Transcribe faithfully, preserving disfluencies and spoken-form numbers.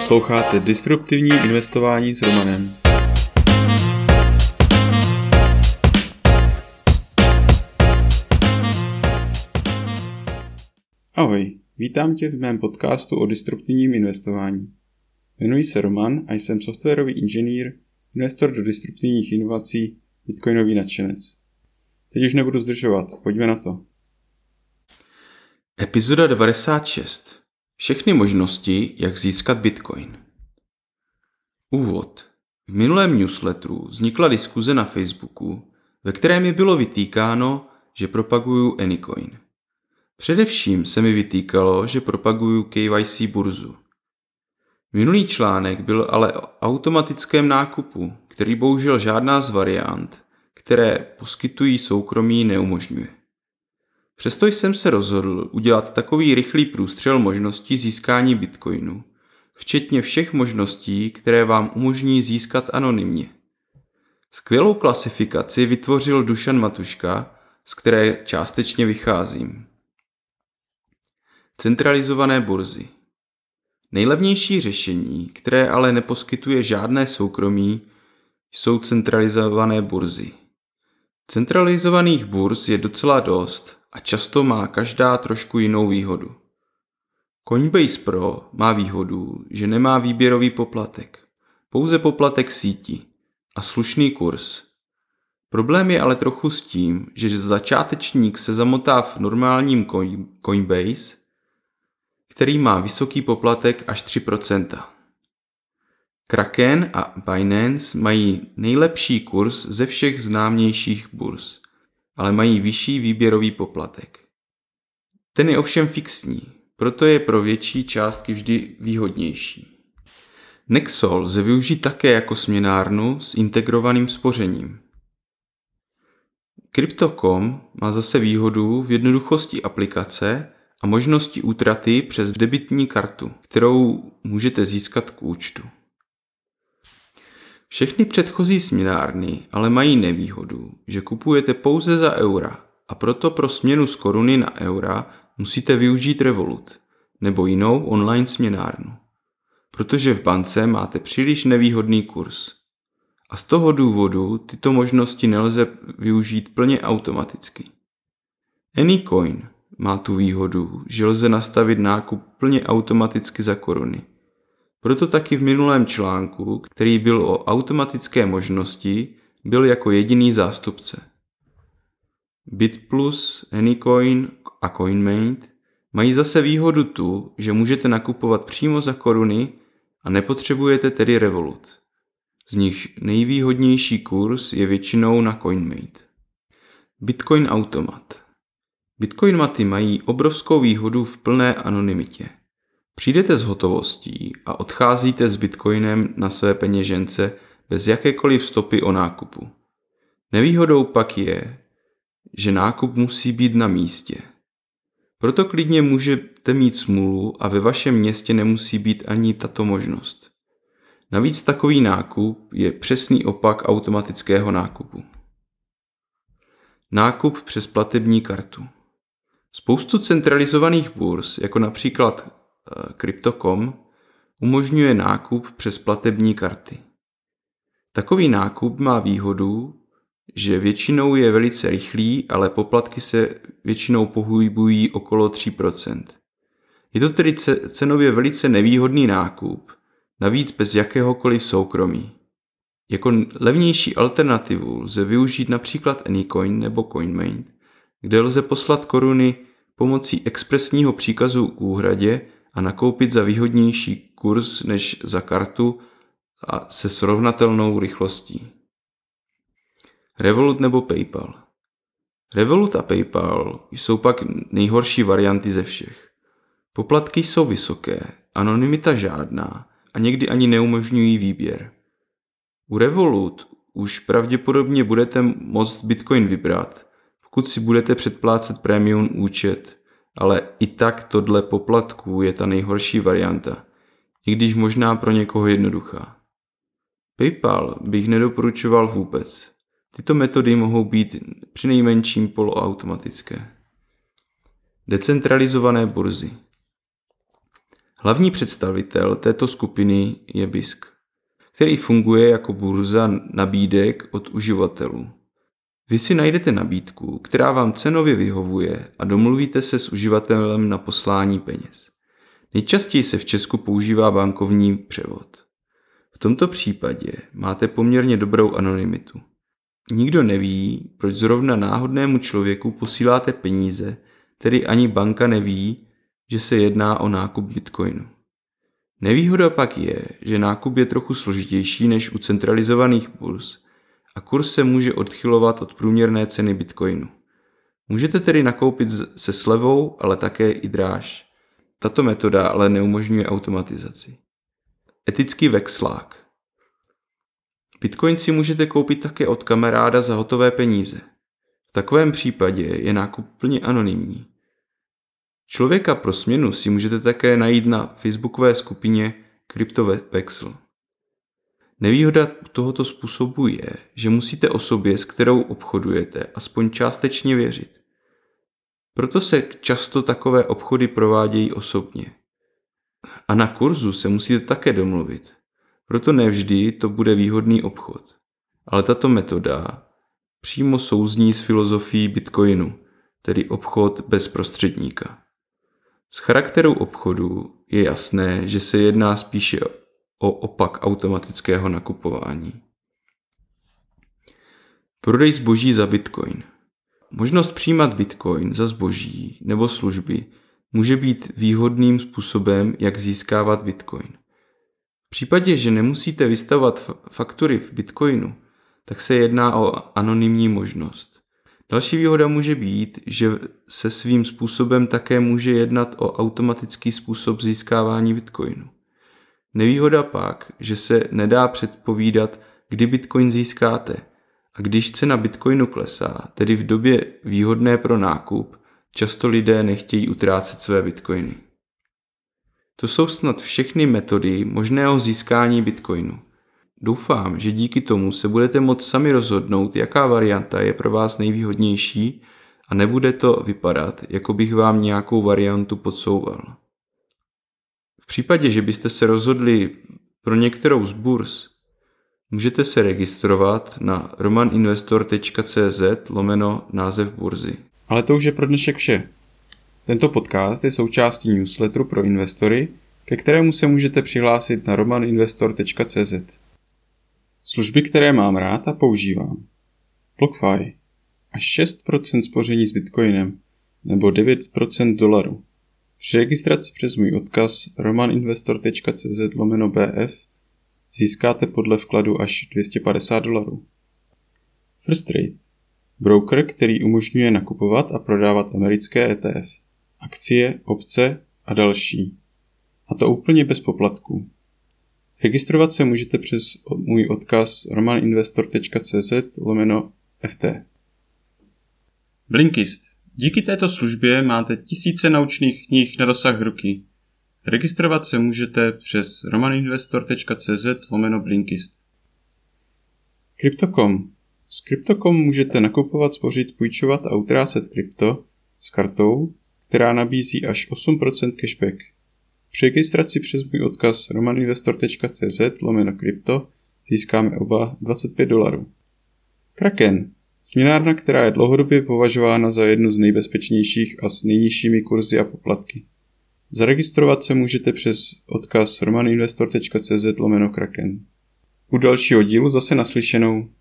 Posloucháte Disruptivní investování s Romanem. Ahoj, vítám tě v mém podcastu o disruptivním investování. Jmenuji se Roman a jsem softwarový inženýr, investor do disruptivních inovací, bitcoinový nadšenec. Teď už nebudu zdržovat, pojďme na to. Epizoda devadesát šest. Všechny možnosti, jak získat bitcoin. Úvod. V minulém newsletteru vznikla diskuze na Facebooku, ve které mi bylo vytýkáno, že propaguju Anycoin. Především se mi vytýkalo, že propaguju K Y C burzu. Minulý článek byl ale o automatickém nákupu, který bohužel žádná z variant, které poskytují soukromí, neumožňuje. Přesto jsem se rozhodl udělat takový rychlý průstřel možností získání bitcoinu, včetně všech možností, které vám umožní získat anonymně. Skvělou klasifikaci vytvořil Dušan Matuška, z které částečně vycházím. Centralizované burzy. Nejlevnější řešení, které ale neposkytuje žádné soukromí, jsou centralizované burzy. Centralizovaných burz je docela dost a často má každá trošku jinou výhodu. Coinbase Pro má výhodu, že nemá výběrový poplatek, pouze poplatek síti a slušný kurz. Problém je ale trochu s tím, že začátečník se zamotá v normálním Coinbase, který má vysoký poplatek až tři procenta. Kraken a Binance mají nejlepší kurz ze všech známějších burz, ale mají vyšší výběrový poplatek. Ten je ovšem fixní, proto je pro větší částky vždy výhodnější. Nexo lze využít také jako směnárnu s integrovaným spořením. Crypto tečka com má zase výhodu v jednoduchosti aplikace a možnosti útraty přes debitní kartu, kterou můžete získat k účtu. Všechny předchozí směnárny ale mají nevýhodu, že kupujete pouze za eura a proto pro směnu z koruny na eura musíte využít Revolut nebo jinou online směnárnu, protože v bance máte příliš nevýhodný kurz. A z toho důvodu tyto možnosti nelze využít plně automaticky. Anycoin má tu výhodu, že lze nastavit nákup plně automaticky za koruny. Proto taky v minulém článku, který byl o automatické možnosti, byl jako jediný zástupce. BitPlus, Anycoin a CoinMate mají zase výhodu tu, že můžete nakupovat přímo za koruny a nepotřebujete tedy Revolut. Z nich nejvýhodnější kurz je většinou na CoinMate. Bitcoin automat. Bitcoin maty mají obrovskou výhodu v plné anonymitě. Přijdete s hotovostí a odcházíte s bitcoinem na své peněžence bez jakékoliv stopy o nákupu. Nevýhodou pak je, že nákup musí být na místě. Proto klidně můžete mít smůlu a ve vašem městě nemusí být ani tato možnost. Navíc takový nákup je přesný opak automatického nákupu. Nákup přes platební kartu. Spoustu centralizovaných burz, jako například Crypto tečka com, umožňuje nákup přes platební karty. Takový nákup má výhodu, že většinou je velice rychlý, ale poplatky se většinou pohybují okolo tři procenta. Je to tedy cenově velice nevýhodný nákup, navíc bez jakéhokoliv soukromí. Jako levnější alternativu lze využít například Anycoin nebo CoinMate, kde lze poslat koruny pomocí expresního příkazu k úhradě a nakoupit za výhodnější kurz než za kartu a se srovnatelnou rychlostí. Revolut nebo PayPal. Revolut a PayPal jsou pak nejhorší varianty ze všech. Poplatky jsou vysoké, anonymita žádná a někdy ani neumožňují výběr. U Revolut už pravděpodobně budete moct Bitcoin vybrat, pokud si budete předplácet premium účet, ale i tak tohle poplatků je ta nejhorší varianta, i když možná pro někoho jednoduchá. PayPal bych nedoporučoval vůbec. Tyto metody mohou být přinejmenším poloautomatické. Decentralizované burzy. Hlavní představitel této skupiny je B I S K, který funguje jako burza nabídek od uživatelů. Vy si najdete nabídku, která vám cenově vyhovuje a domluvíte se s uživatelem na poslání peněz. Nejčastěji se v Česku používá bankovní převod. V tomto případě máte poměrně dobrou anonymitu. Nikdo neví, proč zrovna náhodnému člověku posíláte peníze, tedy ani banka neví, že se jedná o nákup bitcoinu. Nevýhoda pak je, že nákup je trochu složitější než u centralizovaných burz a kurz se může odchylovat od průměrné ceny bitcoinu. Můžete tedy nakoupit se slevou, ale také i dráž. Tato metoda ale neumožňuje automatizaci. Etický vexlák. Bitcoin si můžete koupit také od kamaráda za hotové peníze. V takovém případě je nákup plně anonymní. Člověka pro směnu si můžete také najít na facebookové skupině CryptoVexel. Nevýhoda tohoto způsobu je, že musíte osobě, s kterou obchodujete, aspoň částečně věřit. Proto se často takové obchody provádějí osobně. A na kurzu se musíte také domluvit. Proto nevždy to bude výhodný obchod. Ale tato metoda přímo souzní s filozofií Bitcoinu, tedy obchod bez prostředníka. Z charakteru obchodu je jasné, že se jedná spíše o opak automatického nakupování. Prodej zboží za Bitcoin. Možnost přijímat Bitcoin za zboží nebo služby může být výhodným způsobem, jak získávat Bitcoin. V případě, že nemusíte vystavovat faktury v Bitcoinu, tak se jedná o anonymní možnost. Další výhoda může být, že se svým způsobem také může jednat o automatický způsob získávání Bitcoinu. Nevýhoda pak, že se nedá předpovídat, kdy Bitcoin získáte, a když cena Bitcoinu klesá, tedy v době výhodné pro nákup, často lidé nechtějí utrácet své Bitcoiny. To jsou snad všechny metody možného získání Bitcoinu. Doufám, že díky tomu se budete moct sami rozhodnout, jaká varianta je pro vás nejvýhodnější a nebude to vypadat, jako bych vám nějakou variantu podsouval. V případě, že byste se rozhodli pro některou z burz, můžete se registrovat na romaninvestor tečka cz lomeno název burzy. Ale to už je pro dnešek vše. Tento podcast je součástí newsletteru pro investory, ke kterému se můžete přihlásit na romaninvestor tečka cz. Služby, které mám rád a používám. BlockFi. Až šest procent spoření s Bitcoinem nebo devět procent dolaru. Při registraci přes můj odkaz romaninvestor tečka cz lomeno bf získáte podle vkladu až dvě stě padesát dolarů. First Trade. Broker, který umožňuje nakupovat a prodávat americké E T F, akcie, opce a další. A to úplně bez poplatků. Registrovat se můžete přes můj odkaz romaninvestor tečka cz lomeno ft. Blinkist. Díky této službě máte tisíce naučných knih na dosah ruky. Registrovat se můžete přes romaninvestor tečka cz lomeno Blinkist. Crypto tečka com. S Crypto tečka com můžete nakupovat, spořit, půjčovat a utrácet krypto s kartou, která nabízí až osm procent cashback. Při registraci přes můj odkaz romaninvestor tečka cz lomeno krypto získáme oba dvacet pět dolarů. Kraken. Směnárna, která je dlouhodobě považována za jednu z nejbezpečnějších a s nejnižšími kurzy a poplatky. Zaregistrovat se můžete přes odkaz romaninvestor tečka cz lomeno Kraken. U dalšího dílu zase naslyšenou.